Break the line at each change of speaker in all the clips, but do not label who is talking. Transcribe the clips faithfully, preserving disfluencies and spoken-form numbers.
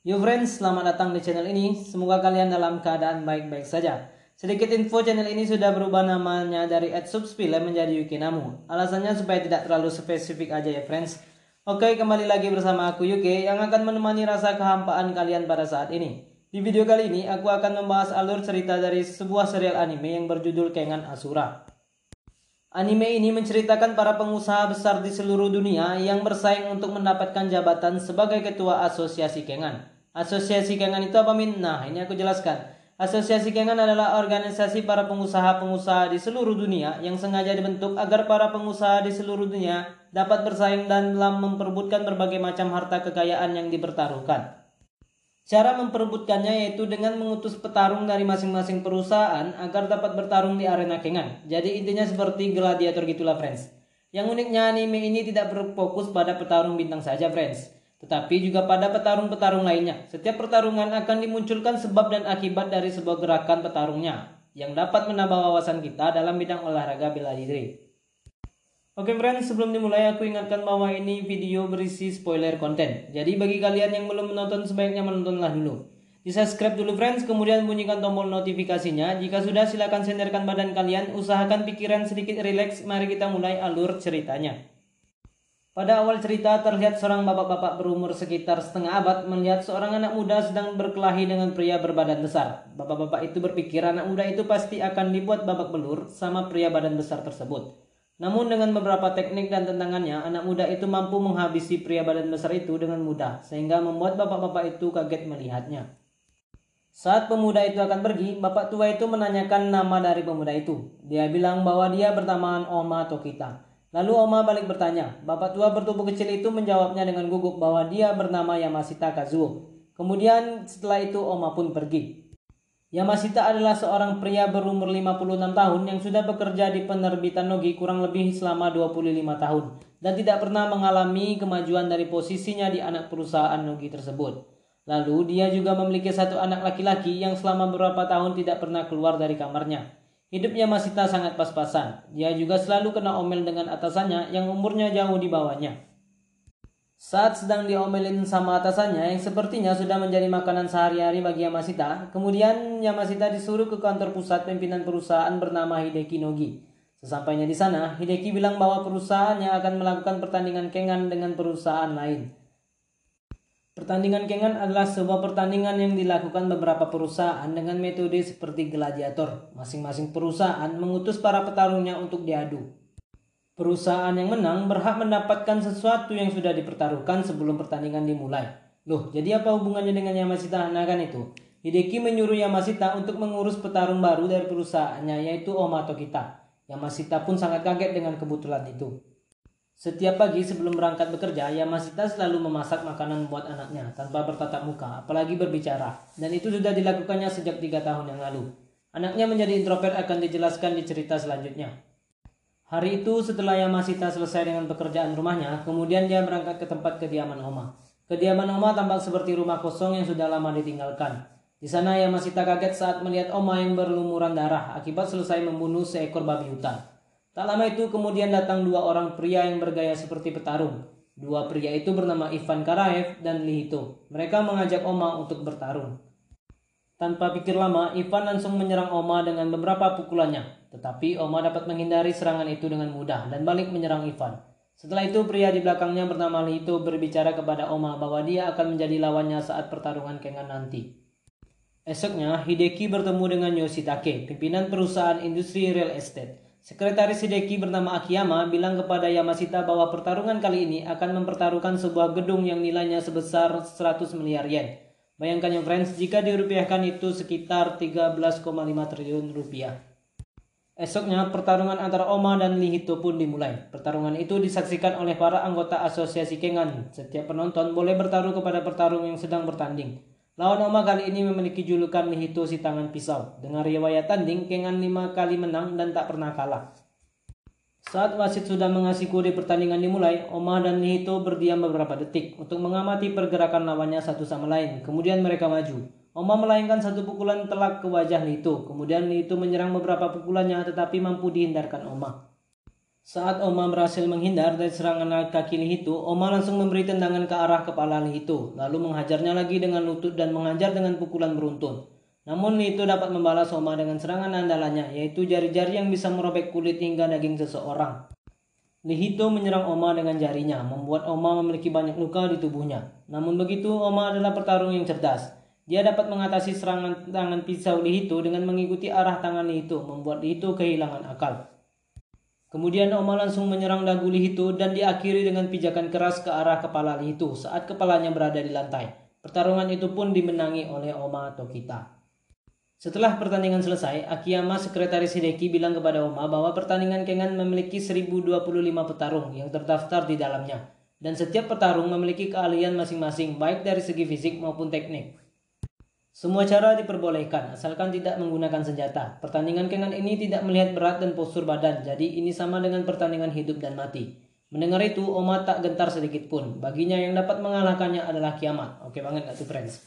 Yo friends, selamat datang di channel ini. Semoga kalian dalam keadaan baik-baik saja. Sedikit info, channel ini sudah berubah namanya dari at subspiller menjadi Yuki Namu. Alasannya supaya tidak terlalu spesifik aja ya friends. Oke, kembali lagi bersama aku Yuki yang akan menemani rasa kehampaan kalian pada saat ini. Di video kali ini aku akan membahas alur cerita dari sebuah serial anime yang berjudul Kengan Ashura. Anime ini menceritakan para pengusaha besar di seluruh dunia yang bersaing untuk mendapatkan jabatan sebagai ketua asosiasi Kengan. Asosiasi Kengan itu apa Min? Nah, ini aku jelaskan. Asosiasi Kengan adalah organisasi para pengusaha-pengusaha di seluruh dunia yang sengaja dibentuk agar para pengusaha di seluruh dunia dapat bersaing dan dalam memperebutkan berbagai macam harta kekayaan yang dipertaruhkan. Cara memperebutkannya yaitu dengan mengutus petarung dari masing-masing perusahaan agar dapat bertarung di arena Kengan. Jadi intinya seperti gladiator gitulah friends. Yang uniknya anime ini tidak berfokus pada petarung bintang saja friends, tetapi juga pada petarung-petarung lainnya. Setiap pertarungan akan dimunculkan sebab dan akibat dari sebuah gerakan petarungnya yang dapat menambah wawasan kita dalam bidang olahraga bela diri. Oke friends, sebelum dimulai aku ingatkan bahwa ini video berisi spoiler konten. Jadi bagi kalian yang belum menonton sebaiknya menontonlah dulu. Di subscribe dulu friends, kemudian bunyikan tombol notifikasinya. Jika sudah silakan senderkan badan kalian, usahakan pikiran sedikit rileks. Mari kita mulai alur ceritanya. Pada awal cerita terlihat seorang bapak-bapak berumur sekitar setengah abad melihat seorang anak muda sedang berkelahi dengan pria berbadan besar. Bapak-bapak itu berpikir anak muda itu pasti akan dibuat babak belur sama pria badan besar tersebut. Namun dengan beberapa teknik dan tentangannya, anak muda itu mampu menghabisi pria badan besar itu dengan mudah, sehingga membuat bapak-bapak itu kaget melihatnya. Saat pemuda itu akan pergi, bapak tua itu menanyakan nama dari pemuda itu. Dia bilang bahwa dia bernama Oma Tokita. Lalu Oma balik bertanya. Bapak tua bertubuh kecil itu menjawabnya dengan gugup bahwa dia bernama Yamashita Kazuo. Kemudian setelah itu Oma pun pergi. Yamashita adalah seorang pria berumur lima puluh enam tahun yang sudah bekerja di penerbitan Nogi kurang lebih selama dua puluh lima tahun dan tidak pernah mengalami kemajuan dari posisinya di anak perusahaan Nogi tersebut. Lalu dia juga memiliki satu anak laki-laki yang selama beberapa tahun tidak pernah keluar dari kamarnya. Hidup Yamashita sangat pas-pasan. Dia juga selalu kena omel dengan atasannya yang umurnya jauh di bawahnya. Saat sedang diomelin sama atasannya yang sepertinya sudah menjadi makanan sehari-hari bagi Yamashita, kemudian Yamashita disuruh ke kantor pusat pimpinan perusahaan bernama Hideki Nogi. Sesampainya di sana, Hideki bilang bahwa perusahaannya akan melakukan pertandingan Kengan dengan perusahaan lain. Pertandingan Kengan adalah sebuah pertandingan yang dilakukan beberapa perusahaan dengan metode seperti gladiator. Masing-masing perusahaan mengutus para petarungnya untuk diadu. Perusahaan yang menang berhak mendapatkan sesuatu yang sudah dipertaruhkan sebelum pertandingan dimulai. Loh, jadi apa hubungannya dengan Yamashita? Nah kan itu. Hideki menyuruh Yamashita untuk mengurus petarung baru dari perusahaannya yaitu Oma Tokita. Yamashita pun sangat kaget dengan kebetulan itu. Setiap pagi sebelum berangkat bekerja, Yamashita selalu memasak makanan buat anaknya tanpa bertatap muka, apalagi berbicara. Dan itu sudah dilakukannya sejak tiga tahun yang lalu. Anaknya menjadi introvert akan dijelaskan di cerita selanjutnya. Hari itu setelah Yamashita selesai dengan pekerjaan rumahnya, kemudian dia berangkat ke tempat kediaman Oma. Kediaman Oma tampak seperti rumah kosong yang sudah lama ditinggalkan. Di sana Yamashita kaget saat melihat Oma yang berlumuran darah akibat selesai membunuh seekor babi hutan. Tak lama itu kemudian datang dua orang pria yang bergaya seperti petarung. Dua pria itu bernama Ivan Karaev dan Lihito. Mereka mengajak Oma untuk bertarung. Tanpa pikir lama, Ivan langsung menyerang Oma dengan beberapa pukulannya. Tetapi Oma dapat menghindari serangan itu dengan mudah dan balik menyerang Ivan. Setelah itu pria di belakangnya bernama Lihito berbicara kepada Oma bahwa dia akan menjadi lawannya saat pertarungan Kengan nanti. Esoknya, Hideki bertemu dengan Yoshitake, pimpinan perusahaan industri real estate. Sekretaris Hideki bernama Akiyama bilang kepada Yamashita bahwa pertarungan kali ini akan mempertaruhkan sebuah gedung yang nilainya sebesar seratus miliar yen. Bayangkan ya friends, jika dirupiahkan itu sekitar tiga belas koma lima triliun rupiah. Esoknya pertarungan antara Oma dan Lihito pun dimulai. Pertarungan itu disaksikan oleh para anggota asosiasi Kengan. Setiap penonton boleh bertaruh kepada petarung yang sedang bertanding. Lawan Oma kali ini memiliki julukan Lihito si tangan pisau. Dengan riwayat tanding, Kengan lima kali menang dan tak pernah kalah. Saat wasit sudah mengasih kode pertandingan dimulai, Oma dan Lihito berdiam beberapa detik untuk mengamati pergerakan lawannya satu sama lain. Kemudian mereka maju. Oma melayangkan satu pukulan telak ke wajah Lihito. Kemudian Lihito menyerang beberapa pukulannya tetapi mampu dihindarkan Oma. Saat Oma berhasil menghindar dari serangan kaki Lihito, Oma langsung memberi tendangan ke arah kepala Lihito, lalu menghajarnya lagi dengan lutut dan menghajar dengan pukulan beruntun. Namun Lihito dapat membalas Oma dengan serangan andalannya, yaitu jari-jari yang bisa merobek kulit hingga daging seseorang. Lihito menyerang Oma dengan jarinya, membuat Oma memiliki banyak luka di tubuhnya. Namun begitu, Oma adalah petarung yang cerdas. Dia dapat mengatasi serangan tangan pisau Lihito dengan mengikuti arah tangan Lihito, membuat Lihito kehilangan akal. Kemudian Oma langsung menyerang dagu Lihito dan diakhiri dengan pijakan keras ke arah kepala Lihito saat kepalanya berada di lantai. Pertarungan itu pun dimenangi oleh Oma Tokita. Setelah pertandingan selesai, Akiyama, sekretaris Hideki, bilang kepada Oma bahwa pertandingan Kengan memiliki seribu dua puluh lima petarung yang terdaftar di dalamnya. Dan setiap petarung memiliki keahlian masing-masing baik dari segi fisik maupun teknik. Semua cara diperbolehkan asalkan tidak menggunakan senjata. Pertandingan Kengan ini tidak melihat berat dan postur badan, jadi ini sama dengan pertandingan hidup dan mati. Mendengar itu, Oma tak gentar sedikit pun. Baginya yang dapat mengalahkannya adalah kiamat. Oke banget gak tuh friends?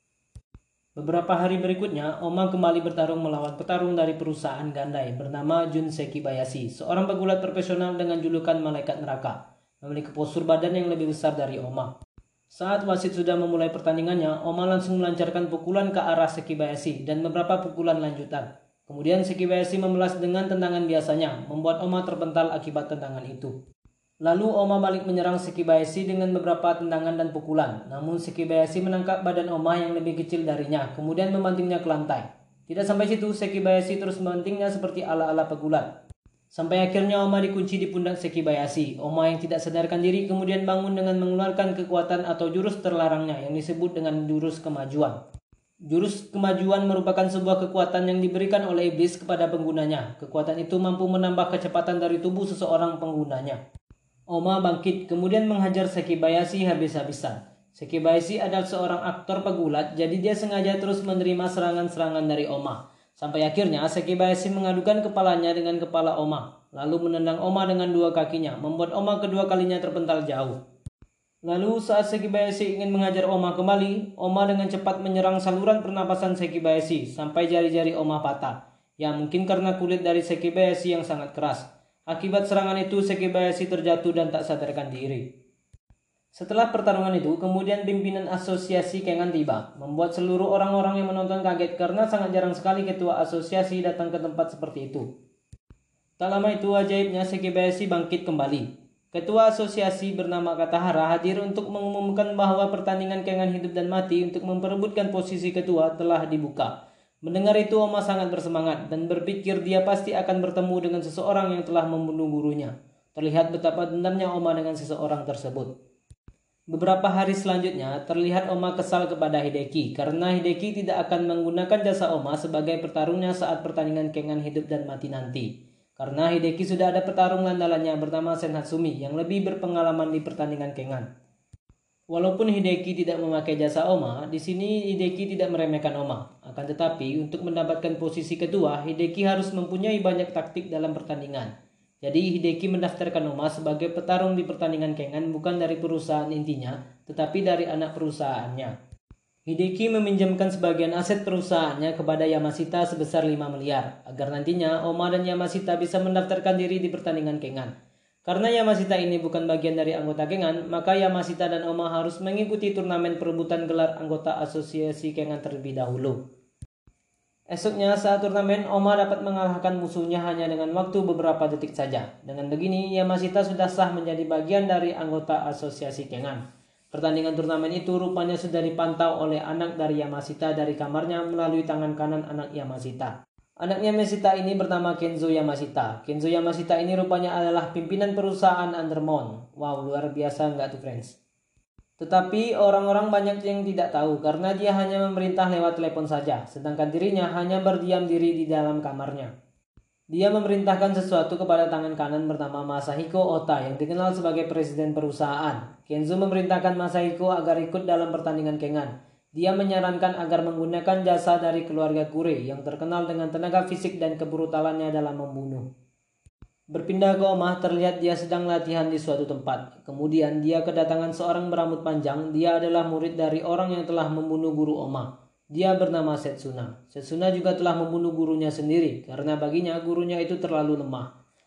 Beberapa hari berikutnya, Oma kembali bertarung melawan petarung dari perusahaan Gandai bernama Jun Sekibayashi, seorang pegulat profesional dengan julukan Malaikat Neraka, memiliki postur badan yang lebih besar dari Oma. Saat wasit sudah memulai pertandingannya, Oma langsung melancarkan pukulan ke arah Sekibayashi dan beberapa pukulan lanjutan. Kemudian Sekibayashi memelas dengan tendangan biasanya, membuat Oma terpental akibat tendangan itu. Lalu Oma balik menyerang Sekibayashi dengan beberapa tendangan dan pukulan. Namun Sekibayashi menangkap badan Oma yang lebih kecil darinya, kemudian membantingnya ke lantai. Tidak sampai situ, Sekibayashi terus membantingnya seperti ala-ala pegulat. Sampai akhirnya Oma dikunci di pundak Sekibayashi. Oma yang tidak sadarkan diri kemudian bangun dengan mengeluarkan kekuatan atau jurus terlarangnya yang disebut dengan jurus kemajuan. Jurus kemajuan merupakan sebuah kekuatan yang diberikan oleh iblis kepada penggunanya. Kekuatan itu mampu menambah kecepatan dari tubuh seseorang penggunanya. Oma bangkit kemudian menghajar Sekibayashi habis-habisan. Sekibayashi adalah seorang aktor pegulat, jadi dia sengaja terus menerima serangan-serangan dari Oma. Sampai akhirnya Sekibayashi mengadukan kepalanya dengan kepala Oma, lalu menendang Oma dengan dua kakinya, membuat Oma kedua kalinya terpental jauh. Lalu saat Sekibayashi ingin menghajar Oma kembali, Oma dengan cepat menyerang saluran pernapasan Sekibayashi sampai jari-jari Oma patah. Ya mungkin karena kulit dari Sekibayashi yang sangat keras. Akibat serangan itu Sekibayashi terjatuh dan tak sadarkan diri. Setelah pertarungan itu, kemudian pimpinan asosiasi Kengan tiba, membuat seluruh orang-orang yang menonton kaget karena sangat jarang sekali ketua asosiasi datang ke tempat seperti itu. Tak lama itu, ajaibnya Sekibayashi bangkit kembali. Ketua asosiasi bernama Katahara hadir untuk mengumumkan bahwa pertandingan Kengan hidup dan mati untuk memperebutkan posisi ketua telah dibuka. Mendengar itu, Oma sangat bersemangat dan berpikir dia pasti akan bertemu dengan seseorang yang telah membunuh gurunya. Terlihat betapa dendamnya Oma dengan seseorang tersebut. Beberapa hari selanjutnya, terlihat Oma kesal kepada Hideki karena Hideki tidak akan menggunakan jasa Oma sebagai petarungnya saat pertandingan Kengan hidup dan mati nanti. Karena Hideki sudah ada petarung andalannya bernama Senhatsumi yang lebih berpengalaman di pertandingan Kengan. Walaupun Hideki tidak memakai jasa Oma, di sini Hideki tidak meremehkan Oma. Akan tetapi, untuk mendapatkan posisi kedua, Hideki harus mempunyai banyak taktik dalam pertandingan. Jadi Hideki mendaftarkan Oma sebagai petarung di pertandingan Kengan bukan dari perusahaan intinya, tetapi dari anak perusahaannya. Hideki meminjamkan sebagian aset perusahaannya kepada Yamashita sebesar lima miliar, agar nantinya Oma dan Yamashita bisa mendaftarkan diri di pertandingan Kengan. Karena Yamashita ini bukan bagian dari anggota Kengan, maka Yamashita dan Oma harus mengikuti turnamen perebutan gelar anggota asosiasi Kengan terlebih dahulu. Esoknya saat turnamen, Oma dapat mengalahkan musuhnya hanya dengan waktu beberapa detik saja. Dengan begini, Yamashita sudah sah menjadi bagian dari anggota asosiasi Kengan. Pertandingan turnamen itu rupanya sudah dipantau oleh anak dari Yamashita dari kamarnya melalui tangan kanan anak Yamashita. Anak Yamashita ini bernama Kenzo Yamashita. Kenzo Yamashita ini rupanya adalah pimpinan perusahaan Undermount. Wow, luar biasa nggak tuh friends? Tetapi orang-orang banyak yang tidak tahu karena dia hanya memerintah lewat telepon saja, sedangkan dirinya hanya berdiam diri di dalam kamarnya. Dia memerintahkan sesuatu kepada tangan kanan bernama Masahiko Ota yang dikenal sebagai presiden perusahaan. Kenzo memerintahkan Masahiko agar ikut dalam pertandingan Kengan. Dia menyarankan agar menggunakan jasa dari keluarga Kure yang terkenal dengan tenaga fisik dan kebrutalannya dalam membunuh. Berpindah ke Oma, terlihat dia sedang latihan di suatu tempat. Kemudian dia kedatangan seorang berambut panjang. Dia adalah murid dari orang yang telah membunuh guru Oma. Dia bernama Setsuna. Setsuna juga telah membunuh gurunya sendiri karena baginya gurunya itu terlalu lemah.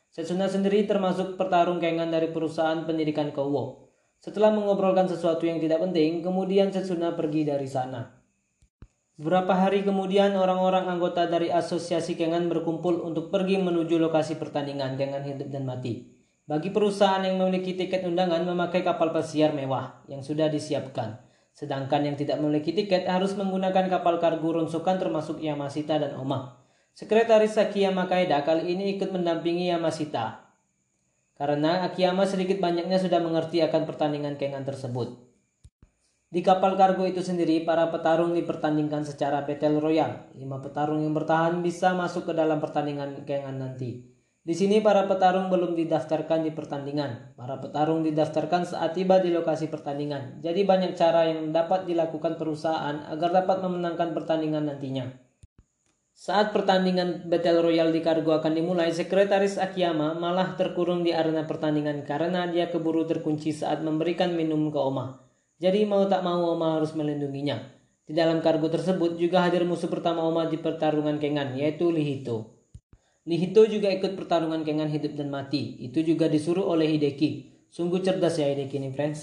Setsuna sendiri termasuk petarung kengan dari perusahaan pendidikan Kowo. Setelah mengobrolkan sesuatu yang tidak penting, kemudian Setsuna pergi dari sana. Beberapa hari kemudian, orang-orang anggota dari asosiasi kengan berkumpul untuk pergi menuju lokasi pertandingan kengan hidup dan mati. Bagi perusahaan yang memiliki tiket undangan memakai kapal pesiar mewah yang sudah disiapkan. Sedangkan yang tidak memiliki tiket harus menggunakan kapal kargo ronsokan termasuk Yamashita dan Oma. Sekretaris Akiyama Kaeda kali ini ikut mendampingi Yamashita. Karena Akiyama sedikit banyaknya sudah mengerti akan pertandingan kengan tersebut. Di kapal kargo itu sendiri, para petarung dipertandingkan secara battle royale. Lima petarung yang bertahan bisa masuk ke dalam pertandingan kengan nanti. Di sini para petarung belum didaftarkan di pertandingan. Para petarung didaftarkan saat tiba di lokasi pertandingan. Jadi banyak cara yang dapat dilakukan perusahaan agar dapat memenangkan pertandingan nantinya. Saat pertandingan battle royale di kargo akan dimulai, Sekretaris Akiyama malah terkurung di arena pertandingan karena dia keburu terkunci saat memberikan minum ke Oma. Jadi mau tak mau Oma harus melindunginya. Di dalam kargo tersebut juga hadir musuh pertama Oma di pertarungan kengan, yaitu Lihito. Lihito juga ikut pertarungan kengan hidup dan mati. Itu juga disuruh oleh Hideki. Sungguh cerdas ya Hideki nih friends.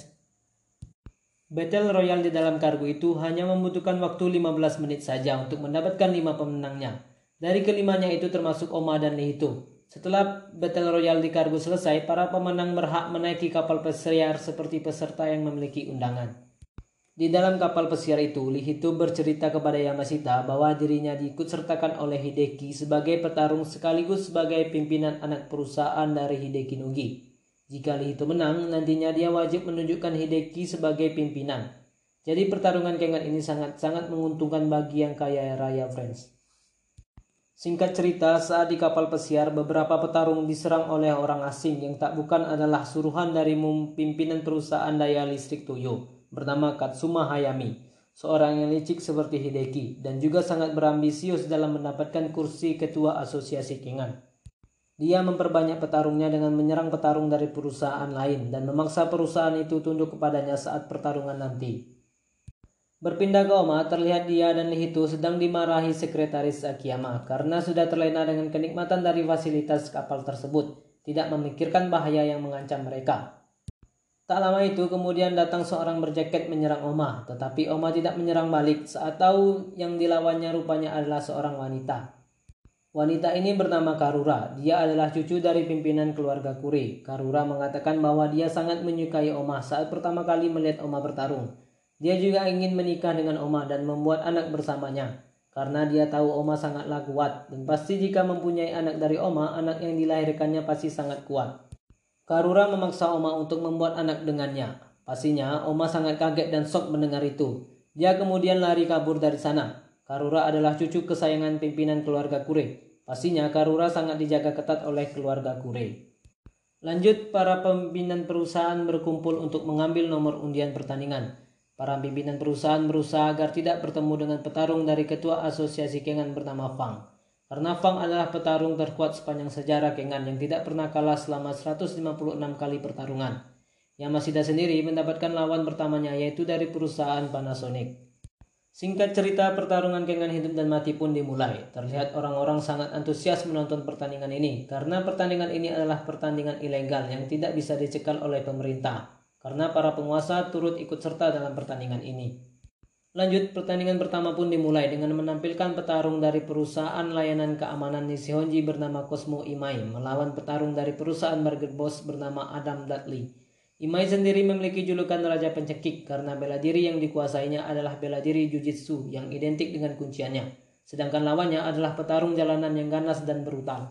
Battle Royale di dalam kargo itu hanya membutuhkan waktu lima belas menit saja untuk mendapatkan lima pemenangnya. Dari kelimanya itu termasuk Oma dan Lihito. Setelah Battle Royale di kargo selesai, para pemenang berhak menaiki kapal pesiar seperti peserta yang memiliki undangan. Di dalam kapal pesiar itu, Lihito bercerita kepada Yamashita bahwa dirinya diikut sertakan oleh Hideki sebagai petarung sekaligus sebagai pimpinan anak perusahaan dari Hideki Nogi. Jika Lihito menang, nantinya dia wajib menunjukkan Hideki sebagai pimpinan. Jadi pertarungan kengan ini sangat-sangat menguntungkan bagi yang kaya raya friends. Singkat cerita, saat di kapal pesiar, beberapa petarung diserang oleh orang asing yang tak bukan adalah suruhan dari pimpinan perusahaan daya listrik Toyo bernama Katsuma Hayami, seorang yang licik seperti Hideki dan juga sangat berambisius dalam mendapatkan kursi ketua asosiasi kengan. Dia memperbanyak petarungnya dengan menyerang petarung dari perusahaan lain dan memaksa perusahaan itu tunduk kepadanya saat pertarungan nanti. Berpindah ke Oma, terlihat dia dan Lihito sedang dimarahi Sekretaris Akiyama karena sudah terlena dengan kenikmatan dari fasilitas kapal tersebut, tidak memikirkan bahaya yang mengancam mereka. Tak lama itu kemudian datang seorang berjaket menyerang Oma, tetapi Oma tidak menyerang balik saat tahu yang dilawannya rupanya adalah seorang wanita. Wanita ini bernama Karura, dia adalah cucu dari pimpinan keluarga Kure. Karura mengatakan bahwa dia sangat menyukai Oma saat pertama kali melihat Oma bertarung. Dia juga ingin menikah dengan Oma dan membuat anak bersamanya. Karena dia tahu Oma sangatlah kuat. Dan pasti jika mempunyai anak dari Oma, anak yang dilahirkannya pasti sangat kuat. Karura memaksa Oma untuk membuat anak dengannya. Pastinya Oma sangat kaget dan shock mendengar itu. Dia kemudian lari kabur dari sana. Karura adalah cucu kesayangan pimpinan keluarga Kure. Pastinya Karura sangat dijaga ketat oleh keluarga Kure. Lanjut, para pimpinan perusahaan berkumpul untuk mengambil nomor undian pertandingan. Para pimpinan perusahaan berusaha agar tidak bertemu dengan petarung dari ketua asosiasi kengan bernama Fang. Karena Fang adalah petarung terkuat sepanjang sejarah kengan yang tidak pernah kalah selama seratus lima puluh enam kali pertarungan. Yamashita sendiri mendapatkan lawan pertamanya yaitu dari perusahaan Panasonic. Singkat cerita, pertarungan kengan hidup dan mati pun dimulai. Terlihat orang-orang sangat antusias menonton pertandingan ini karena pertandingan ini adalah pertandingan ilegal yang tidak bisa dicekal oleh pemerintah. Karena para penguasa turut ikut serta dalam pertandingan ini. Lanjut, pertandingan pertama pun dimulai dengan menampilkan petarung dari perusahaan layanan keamanan Nishihonji bernama Cosmo Imai melawan petarung dari perusahaan Burger Boss bernama Adam Dudley. Imai sendiri memiliki julukan Raja Pencekik karena bela diri yang dikuasainya adalah bela diri Jujitsu yang identik dengan kunciannya. Sedangkan lawannya adalah petarung jalanan yang ganas dan brutal.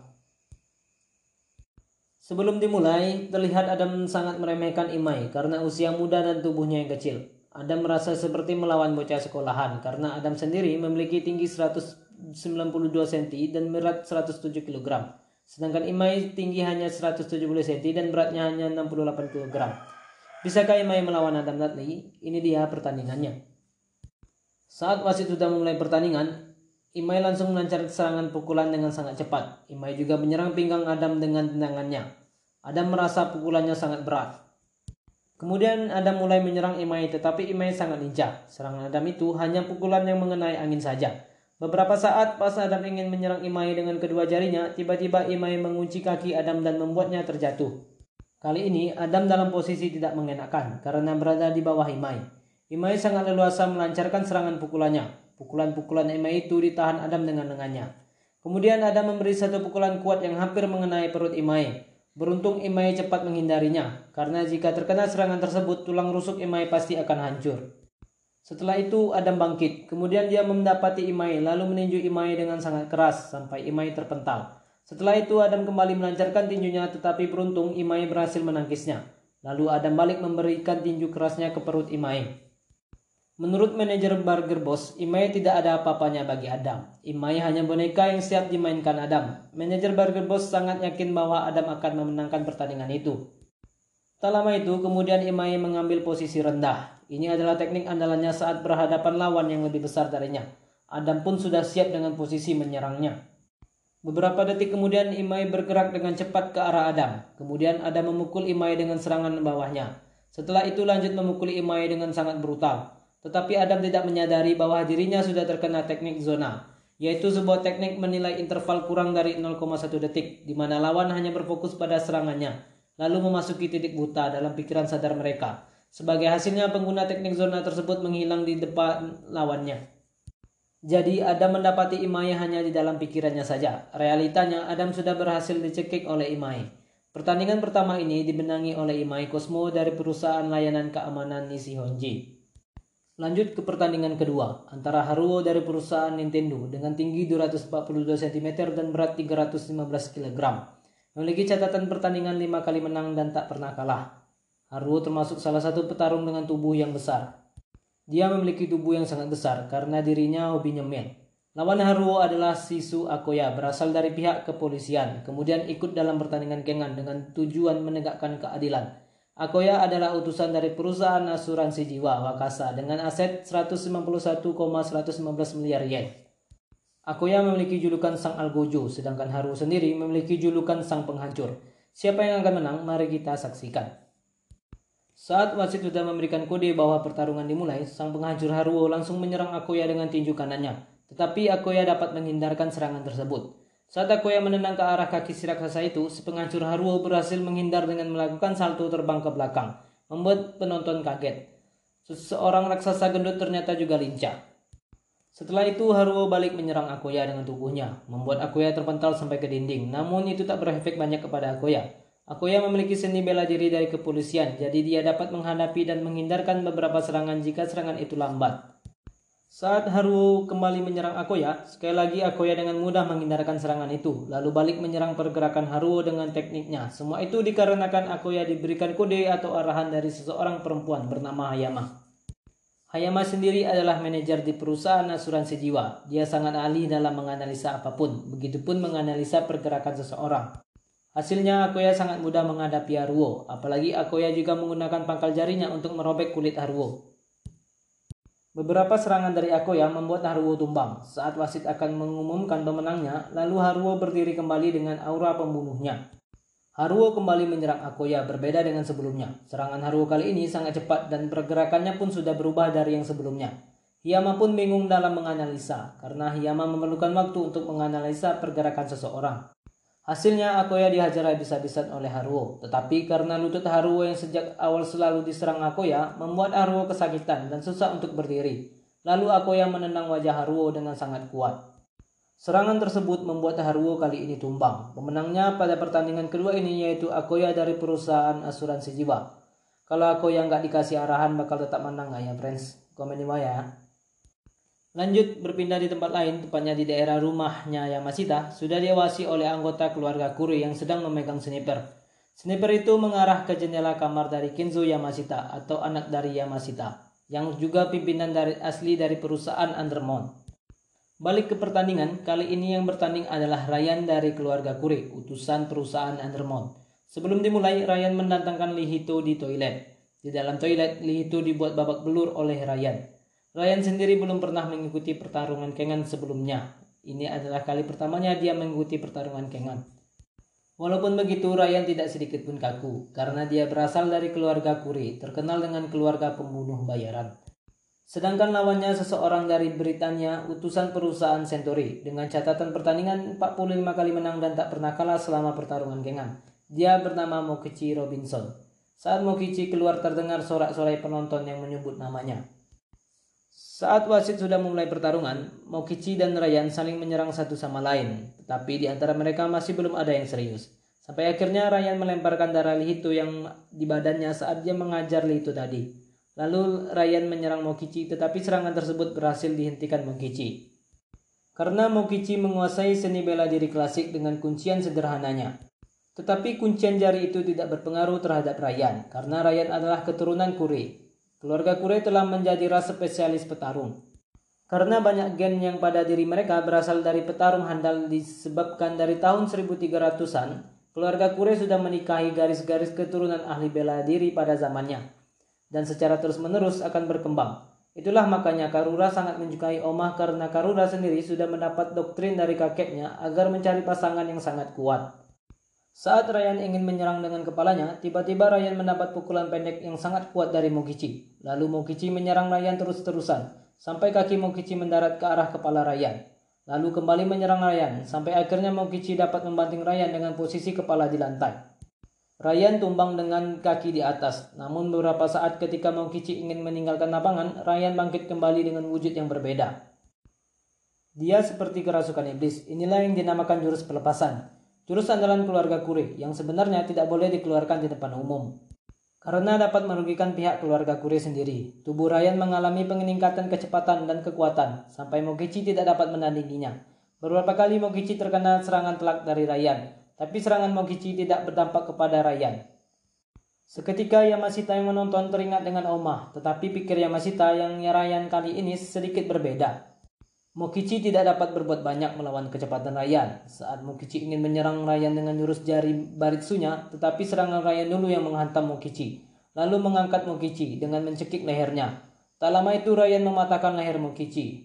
Sebelum dimulai, terlihat Adam sangat meremehkan Imai karena usia muda dan tubuhnya yang kecil. Adam merasa seperti melawan bocah sekolahan karena Adam sendiri memiliki tinggi seratus sembilan puluh dua sentimeter dan berat seratus tujuh kilogram. Sedangkan Imai tinggi hanya seratus tujuh puluh sentimeter dan beratnya hanya enam puluh delapan kilogram. Bisakah Imai melawan Adam Dudley? Ini dia pertandingannya. Saat wasit sudah memulai pertandingan, Imai langsung melancarkan serangan pukulan dengan sangat cepat. Imai juga menyerang pinggang Adam dengan tendangannya. Adam merasa pukulannya sangat berat. Kemudian Adam mulai menyerang Imai, tetapi Imai sangat lincah. Serangan Adam itu hanya pukulan yang mengenai angin saja. Beberapa saat pas Adam ingin menyerang Imai dengan kedua jarinya, tiba-tiba Imai mengunci kaki Adam dan membuatnya terjatuh. Kali ini Adam dalam posisi tidak mengenakan karena berada di bawah Imai. Imai sangat leluasa melancarkan serangan pukulannya. Pukulan-pukulan Imai itu ditahan Adam dengan lengannya. Kemudian Adam memberi satu pukulan kuat yang hampir mengenai perut Imai. Beruntung Imai cepat menghindarinya, karena jika terkena serangan tersebut, tulang rusuk Imai pasti akan hancur. Setelah itu Adam bangkit, kemudian dia mendapati Imai lalu meninju Imai dengan sangat keras sampai Imai terpental. Setelah itu Adam kembali melancarkan tinjunya, tetapi beruntung Imai berhasil menangkisnya. Lalu Adam balik memberikan tinju kerasnya ke perut Imai. Menurut manajer Burger Boss, Imai tidak ada apa-apanya bagi Adam. Imai hanya boneka yang siap dimainkan Adam. Manajer Burger Boss sangat yakin bahwa Adam akan memenangkan pertandingan itu. Tak lama itu, kemudian Imai mengambil posisi rendah. Ini adalah teknik andalannya saat berhadapan lawan yang lebih besar darinya. Adam pun sudah siap dengan posisi menyerangnya. Beberapa detik kemudian Imai bergerak dengan cepat ke arah Adam. Kemudian Adam memukul Imai dengan serangan bawahnya. Setelah itu lanjut memukul Imai dengan sangat brutal. Tetapi Adam tidak menyadari bahwa dirinya sudah terkena teknik zona, yaitu sebuah teknik menilai interval kurang dari nol koma satu detik, di mana lawan hanya berfokus pada serangannya, lalu memasuki titik buta dalam pikiran sadar mereka. Sebagai hasilnya, pengguna teknik zona tersebut menghilang di depan lawannya. Jadi Adam mendapati Imai hanya di dalam pikirannya saja. Realitanya Adam sudah berhasil dicekik oleh Imai. Pertandingan pertama ini dimenangi oleh Imai Cosmo dari perusahaan layanan keamanan Nishihonji. Lanjut ke pertandingan kedua antara Haruo dari perusahaan Nintendo dengan tinggi dua ratus empat puluh dua sentimeter dan berat tiga ratus lima belas kilogram. Memiliki catatan pertandingan lima kali menang dan tak pernah kalah. Haruo termasuk salah satu petarung dengan tubuh yang besar. Dia memiliki tubuh yang sangat besar karena dirinya hobi nyemil. Lawan Haruo adalah Shizu Akoya, berasal dari pihak kepolisian, kemudian ikut dalam pertandingan Kengan dengan tujuan menegakkan keadilan. Akoya adalah utusan dari perusahaan asuransi jiwa Wakasa dengan aset seratus lima puluh satu koma seratus lima belas miliar yen. Akoya memiliki julukan Sang Algojo, sedangkan Haruo sendiri memiliki julukan Sang Penghancur. Siapa yang akan menang? Mari kita saksikan. Saat wasit sudah memberikan kode bahwa pertarungan dimulai, Sang Penghancur Haruo langsung menyerang Akoya dengan tinju kanannya. Tetapi Akoya dapat menghindarkan serangan tersebut. Saat Akoya menendang ke arah kaki si raksasa itu, si Penghancur Haruo berhasil menghindar dengan melakukan salto terbang ke belakang, membuat penonton kaget. Seseorang raksasa gendut ternyata juga lincah. Setelah itu Haruo balik menyerang Akoya dengan tubuhnya, membuat Akoya terpental sampai ke dinding. Namun itu tak berefek banyak kepada Akoya. Akoya memiliki seni bela diri dari kepolisian, jadi dia dapat menghadapi dan menghindarkan beberapa serangan jika serangan itu lambat. Saat Haruo kembali menyerang Akoya, sekali lagi Akoya dengan mudah menghindarkan serangan itu, lalu balik menyerang pergerakan Haruo dengan tekniknya. Semua itu dikarenakan Akoya diberikan kode atau arahan dari seseorang perempuan bernama Hayama. Hayama sendiri adalah manajer di perusahaan asuransi jiwa. Dia sangat ahli dalam menganalisa apapun, begitupun menganalisa pergerakan seseorang. Hasilnya Akoya sangat mudah menghadapi Haruo, apalagi Akoya juga menggunakan pangkal jarinya untuk merobek kulit Haruo. Beberapa serangan dari Akoya membuat Haruo tumbang. Saat wasit akan mengumumkan pemenangnya, lalu Haruo berdiri kembali dengan aura pembunuhnya. Haruo kembali menyerang Akoya, berbeda dengan sebelumnya. Serangan Haruo kali ini sangat cepat dan pergerakannya pun sudah berubah dari yang sebelumnya. Hayama pun bingung dalam menganalisa, karena Hayama memerlukan waktu untuk menganalisa pergerakan seseorang. Hasilnya Akoya dihajar habis-habisan oleh Haruo, tetapi karena lutut Haruo yang sejak awal selalu diserang Akoya, membuat Haruo kesakitan dan susah untuk berdiri. Lalu Akoya menendang wajah Haruo dengan sangat kuat. Serangan tersebut membuat Haruo kali ini tumbang. Pemenangnya pada pertandingan kedua ini yaitu Akoya dari perusahaan asuransi jiwa. Kalau Akoya nggak dikasih arahan bakal tetap menang nggak ya friends? Komen di bawah ya. Lanjut berpindah di tempat lain, tepatnya di daerah rumahnya Yamashita, sudah diawasi oleh anggota keluarga Kuri yang sedang memegang sniper. Sniper itu mengarah ke jendela kamar dari Kenzo Yamashita atau anak dari Yamashita, yang juga pimpinan dari asli dari perusahaan Undermount. Balik ke pertandingan, kali ini yang bertanding adalah Ryan dari keluarga Kuri, utusan perusahaan Undermount. Sebelum dimulai, Ryan mendatangkan Lihito di toilet. Di dalam toilet, Lihito dibuat babak belur oleh Ryan. Ryan sendiri belum pernah mengikuti pertarungan Kengan sebelumnya. Ini adalah kali pertamanya dia mengikuti pertarungan Kengan. Walaupun begitu, Ryan tidak sedikit pun kaku, karena dia berasal dari keluarga Kuri, terkenal dengan keluarga pembunuh bayaran. Sedangkan lawannya seseorang dari Britania, utusan perusahaan Century, dengan catatan pertandingan empat puluh lima kali menang dan tak pernah kalah selama pertarungan gengan. Dia bernama Mokichi Robinson. Saat Mokichi keluar terdengar sorak-sorai penonton yang menyebut namanya. Saat wasit sudah memulai pertarungan, Mokichi dan Ryan saling menyerang satu sama lain, tetapi di antara mereka masih belum ada yang serius. Sampai akhirnya Ryan melemparkan darah Lihito yang di badannya saat dia mengajar Lihito tadi. Lalu Ryan menyerang Mokichi, tetapi serangan tersebut berhasil dihentikan Mokichi. Karena Mokichi menguasai seni bela diri klasik dengan kuncian sederhananya. Tetapi kuncian jari itu tidak berpengaruh terhadap Ryan, karena Ryan adalah keturunan Kure. Keluarga Kure telah menjadi ras spesialis petarung. Karena banyak gen yang pada diri mereka berasal dari petarung handal disebabkan dari tahun seribu tiga ratusan, keluarga Kure sudah menikahi garis-garis keturunan ahli bela diri pada zamannya. Dan secara terus-menerus akan berkembang. Itulah makanya Karura sangat menyukai Oma karena Karura sendiri sudah mendapat doktrin dari kakeknya agar mencari pasangan yang sangat kuat. Saat Ryan ingin menyerang dengan kepalanya, tiba-tiba Ryan mendapat pukulan pendek yang sangat kuat dari Mokichi. Lalu Mokichi menyerang Ryan terus-terusan, sampai kaki Mokichi mendarat ke arah kepala Ryan. Lalu kembali menyerang Ryan, sampai akhirnya Mokichi dapat membanting Ryan dengan posisi kepala di lantai. Ryan tumbang dengan kaki di atas, namun beberapa saat ketika Mokichi ingin meninggalkan lapangan, Ryan bangkit kembali dengan wujud yang berbeda. Dia seperti kerasukan iblis, inilah yang dinamakan jurus pelepasan. Jurus andalan keluarga Kure yang sebenarnya tidak boleh dikeluarkan di depan umum. Karena dapat merugikan pihak keluarga Kure sendiri. Tubuh Ryan mengalami peningkatan kecepatan dan kekuatan sampai Mokichi tidak dapat menandinginya. Beberapa kali Mokichi terkena serangan telak dari Ryan, tapi serangan Mokichi tidak berdampak kepada Ryan. Seketika Yamashita yang menonton teringat dengan Oma, tetapi pikir Yamashita yang Ryan kali ini sedikit berbeda. Mokichi tidak dapat berbuat banyak melawan kecepatan Ryan. Saat Mokichi ingin menyerang Ryan dengan jurus jari baritsunya, tetapi serangan Ryan dulu yang menghantam Mokichi, lalu mengangkat Mokichi dengan mencekik lehernya. Tak lama itu Ryan mematahkan leher Mokichi.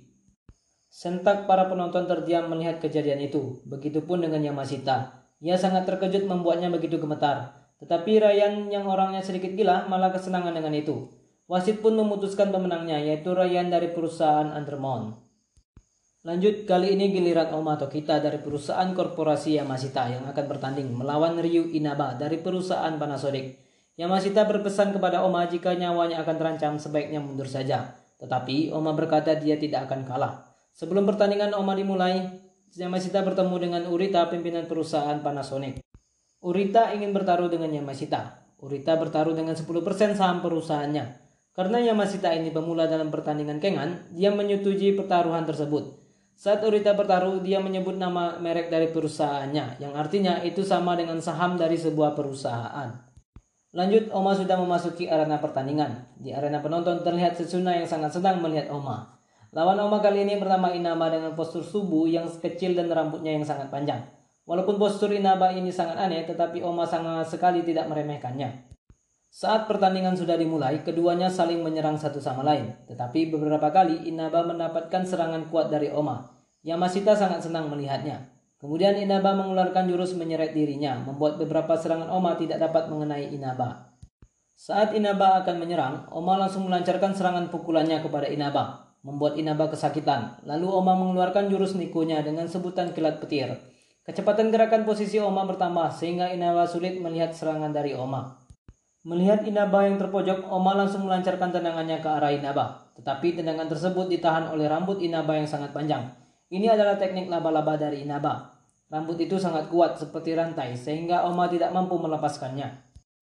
Sentak para penonton terdiam melihat kejadian itu. Begitupun dengan Yamashita. Ia sangat terkejut membuatnya begitu gemetar. Tetapi Ryan yang orangnya sedikit gila malah kesenangan dengan itu. Wasit pun memutuskan pemenangnya, yaitu Ryan dari perusahaan Undermount. Lanjut, kali ini giliran Oma Tokita dari perusahaan korporasi Yamashita yang akan bertanding melawan Ryu Inaba dari perusahaan Panasonic. Yamashita berpesan kepada Oma jika nyawanya akan terancam sebaiknya mundur saja. Tetapi Oma berkata dia tidak akan kalah. Sebelum pertandingan Oma dimulai, Yamashita bertemu dengan Urita, pimpinan perusahaan Panasonic. Urita ingin bertaruh dengan Yamashita. Urita bertaruh dengan sepuluh persen saham perusahaannya. Karena Yamashita ini pemula dalam pertandingan kengan, dia menyetujui pertaruhan tersebut. Saat Urita bertaruh, dia menyebut nama merek dari perusahaannya, yang artinya itu sama dengan saham dari sebuah perusahaan. Lanjut, Oma sudah memasuki arena pertandingan. Di arena penonton terlihat Setsuna yang sangat senang melihat Oma. Lawan Oma kali ini bernama Inaba dengan postur subu yang kecil dan rambutnya yang sangat panjang. Walaupun postur Inaba ini sangat aneh, tetapi Oma sangat sekali tidak meremehkannya. Saat pertandingan sudah dimulai, keduanya saling menyerang satu sama lain. Tetapi beberapa kali Inaba mendapatkan serangan kuat dari Oma. Yamashita sangat senang melihatnya. Kemudian Inaba mengeluarkan jurus menyeret dirinya, membuat beberapa serangan Oma tidak dapat mengenai Inaba. Saat Inaba akan menyerang, Oma langsung melancarkan serangan pukulannya kepada Inaba, membuat Inaba kesakitan. Lalu Oma mengeluarkan jurus Nikonya dengan sebutan kilat petir. Kecepatan gerakan posisi Oma bertambah sehingga Inaba sulit melihat serangan dari Oma. Melihat Inaba yang terpojok, Oma langsung melancarkan tendangannya ke arah Inaba. Tetapi tendangan tersebut ditahan oleh rambut Inaba yang sangat panjang. Ini adalah teknik laba-laba dari Inaba. Rambut itu sangat kuat seperti rantai sehingga Oma tidak mampu melepaskannya.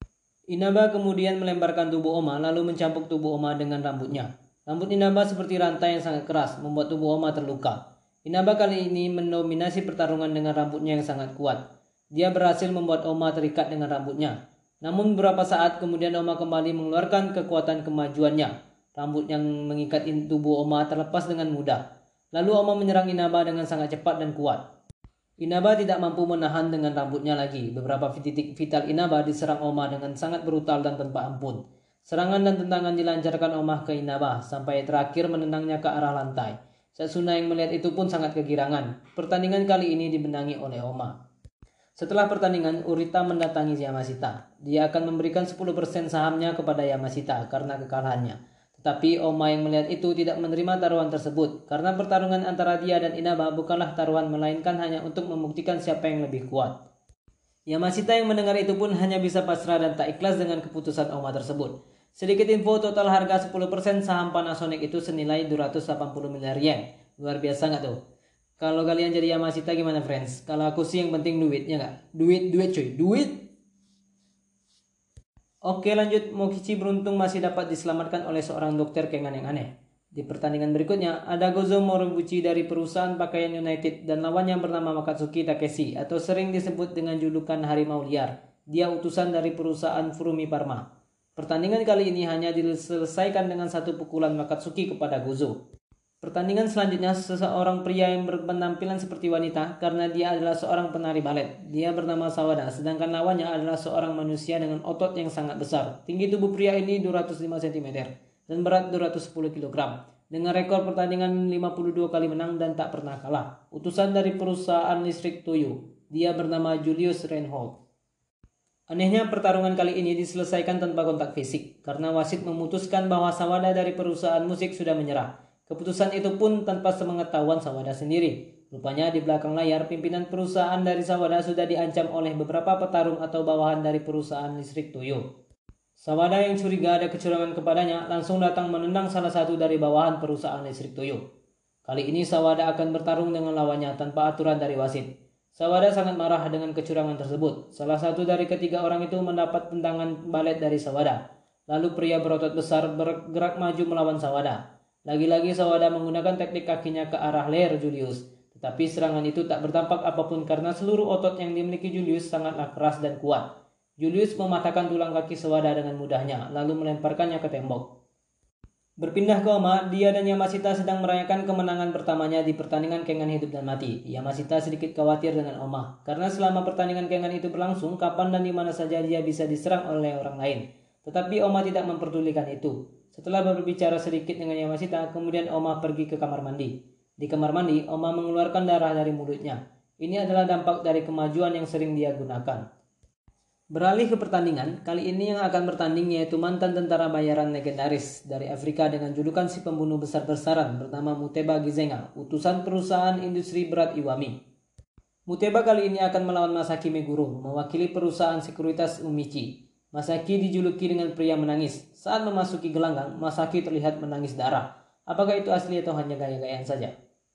Inaba kemudian melemparkan tubuh Oma lalu mencampuk tubuh Oma dengan rambutnya. Rambut Inaba seperti rantai yang sangat keras membuat tubuh Oma terluka. Inaba kali ini mendominasi pertarungan dengan rambutnya yang sangat kuat. Dia berhasil membuat Oma terikat dengan rambutnya. Namun beberapa saat kemudian Oma kembali mengeluarkan kekuatan kemajuannya. Rambut yang mengikat tubuh Oma terlepas dengan mudah. Lalu Oma menyerang Inaba dengan sangat cepat dan kuat. Inaba tidak mampu menahan dengan rambutnya lagi. Beberapa titik vital Inaba diserang Oma dengan sangat brutal dan tanpa ampun. Serangan dan tendangan dilancarkan Oma ke Inaba sampai terakhir menendangnya ke arah lantai. Setsuna yang melihat itu pun sangat kegirangan. Pertandingan kali ini dimenangi oleh Oma. Setelah pertandingan, Urita mendatangi Yamashita. Dia akan memberikan sepuluh persen sahamnya kepada Yamashita karena kekalahannya. Tetapi Oma yang melihat itu tidak menerima taruhan tersebut, karena pertarungan antara dia dan Inaba bukanlah taruhan melainkan hanya untuk membuktikan siapa yang lebih kuat. Yamashita yang mendengar itu pun hanya bisa pasrah dan tak ikhlas dengan keputusan Oma tersebut. Sedikit info, total harga sepuluh persen saham Panasonic itu senilai dua ratus delapan puluh miliar yen. Luar biasa nggak tuh? Kalau kalian jadi Yamashita gimana friends? Kalau aku sih yang penting duitnya nggak? Duit, duit cuy, duit! Oke lanjut, Mokichi beruntung masih dapat diselamatkan oleh seorang dokter kengan yang aneh. Di pertandingan berikutnya, ada Gozo Morobuchi dari perusahaan pakaian United dan lawannya bernama Makatsuki Takeshi atau sering disebut dengan julukan Harimau Liar. Dia utusan dari perusahaan Furumi Pharma. Pertandingan kali ini hanya diselesaikan dengan satu pukulan Makatsuki kepada Gozo. Pertandingan selanjutnya, seseorang pria yang berpenampilan seperti wanita karena dia adalah seorang penari balet. Dia bernama Sawada, sedangkan lawannya adalah seorang manusia dengan otot yang sangat besar. Tinggi tubuh pria ini dua ratus lima sentimeter dan berat dua ratus sepuluh kilogram. Dengan rekor pertandingan lima puluh dua kali menang dan tak pernah kalah. Utusan dari perusahaan listrik Toyo. Dia bernama Julius Reinhold. Anehnya pertarungan kali ini diselesaikan tanpa kontak fisik karena wasit memutuskan bahwa Sawada dari perusahaan musik sudah menyerah. Keputusan itu pun tanpa sepengetahuan Sawada sendiri. Rupanya di belakang layar pimpinan perusahaan dari Sawada sudah diancam oleh beberapa petarung atau bawahan dari perusahaan listrik Toyo. Sawada yang curiga ada kecurangan kepadanya langsung datang menendang salah satu dari bawahan perusahaan listrik Toyo. Kali ini Sawada akan bertarung dengan lawannya tanpa aturan dari wasit. Sawada sangat marah dengan kecurangan tersebut. Salah satu dari ketiga orang itu mendapat tendangan balet dari Sawada. Lalu pria berotot besar bergerak maju melawan Sawada. Lagi-lagi Sawada menggunakan teknik kakinya ke arah leher Julius. Tetapi serangan itu tak berdampak apapun karena seluruh otot yang dimiliki Julius sangatlah keras dan kuat. Julius mematahkan tulang kaki Sawada dengan mudahnya, lalu melemparkannya ke tembok. Berpindah ke Oma, dia dan Yamashita sedang merayakan kemenangan pertamanya di pertandingan kengan hidup dan mati. Yamashita sedikit khawatir dengan Oma, karena selama pertandingan kengan itu berlangsung, kapan dan di mana saja dia bisa diserang oleh orang lain. Tetapi Oma tidak memperdulikan itu. Setelah berbicara sedikit dengan Yamashita, kemudian Oma pergi ke kamar mandi. Di kamar mandi, Oma mengeluarkan darah dari mulutnya. Ini adalah dampak dari kemajuan yang sering dia gunakan. Beralih ke pertandingan, kali ini yang akan bertanding yaitu mantan tentara bayaran legendaris dari Afrika dengan julukan si pembunuh besar-besaran bernama Muteba Gizenga, utusan perusahaan industri berat Iwami. Muteba kali ini akan melawan Masaki Meguro, mewakili perusahaan sekuritas Umichi. Masaki dijuluki dengan pria menangis. Saat memasuki gelanggang, Masaki terlihat menangis darah. Apakah itu asli atau hanya gaya-gayaan saja?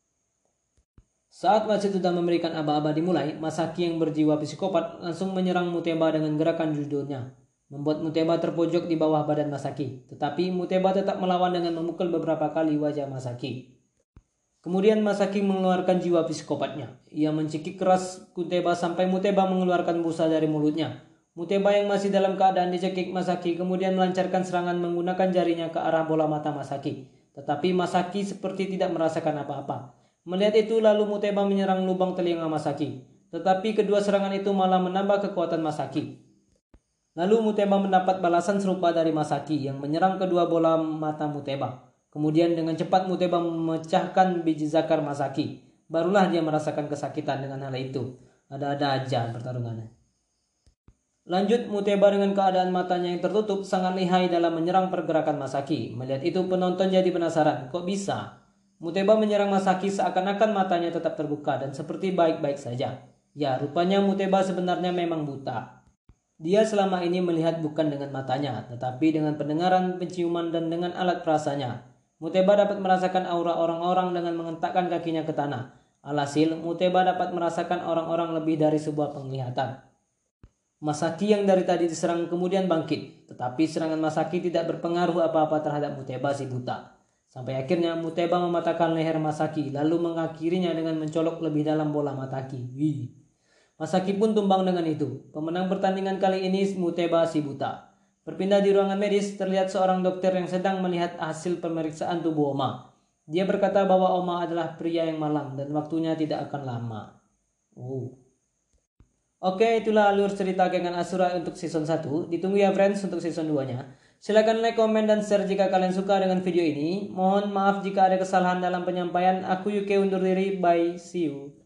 Saat wasit sudah memberikan aba-aba dimulai, Masaki yang berjiwa psikopat langsung menyerang Muteba dengan gerakan judonya, membuat Muteba terpojok di bawah badan Masaki. Tetapi Muteba tetap melawan dengan memukul beberapa kali wajah Masaki. Kemudian Masaki mengeluarkan jiwa psikopatnya. Ia mencekik keras Muteba sampai Muteba mengeluarkan busa dari mulutnya. Muteba yang masih dalam keadaan dicekik Masaki kemudian melancarkan serangan menggunakan jarinya ke arah bola mata Masaki. Tetapi Masaki seperti tidak merasakan apa-apa. Melihat itu lalu Muteba menyerang lubang telinga Masaki. Tetapi kedua serangan itu malah menambah kekuatan Masaki. Lalu Muteba mendapat balasan serupa dari Masaki yang menyerang kedua bola mata Muteba. Kemudian dengan cepat Muteba memecahkan biji zakar Masaki. Barulah dia merasakan kesakitan dengan hal itu. Ada-ada aja pertarungannya. Lanjut, Muteba dengan keadaan matanya yang tertutup sangat lihai dalam menyerang pergerakan Masaki. Melihat itu penonton jadi penasaran, kok bisa? Muteba menyerang Masaki seakan-akan matanya tetap terbuka dan seperti baik-baik saja. Ya, rupanya Muteba sebenarnya memang buta. Dia selama ini melihat bukan dengan matanya, tetapi dengan pendengaran, penciuman, dan dengan alat perasanya. Muteba dapat merasakan aura orang-orang dengan mengentakkan kakinya ke tanah. Alhasil, Muteba dapat merasakan orang-orang lebih dari sebuah penglihatan. Masaki yang dari tadi diserang kemudian bangkit, tetapi serangan Masaki tidak berpengaruh apa-apa terhadap Muteba si buta. Sampai akhirnya Muteba mematahkan leher Masaki, lalu mengakhirinya dengan mencolok lebih dalam bola Masaki. Wih. Masaki pun tumbang dengan itu. Pemenang pertandingan kali ini Muteba si buta. Berpindah di ruangan medis, terlihat seorang dokter yang sedang melihat hasil pemeriksaan tubuh Oma. Dia berkata bahwa Oma adalah pria yang malang dan waktunya tidak akan lama. Oh. Oke, itulah alur cerita Kengan Ashura untuk season satu. Ditunggu ya friends untuk season dua-nya. Silahkan like, komen, dan share jika kalian suka dengan video ini. Mohon maaf jika ada kesalahan dalam penyampaian. Aku Yuke undur diri. Bye, see you.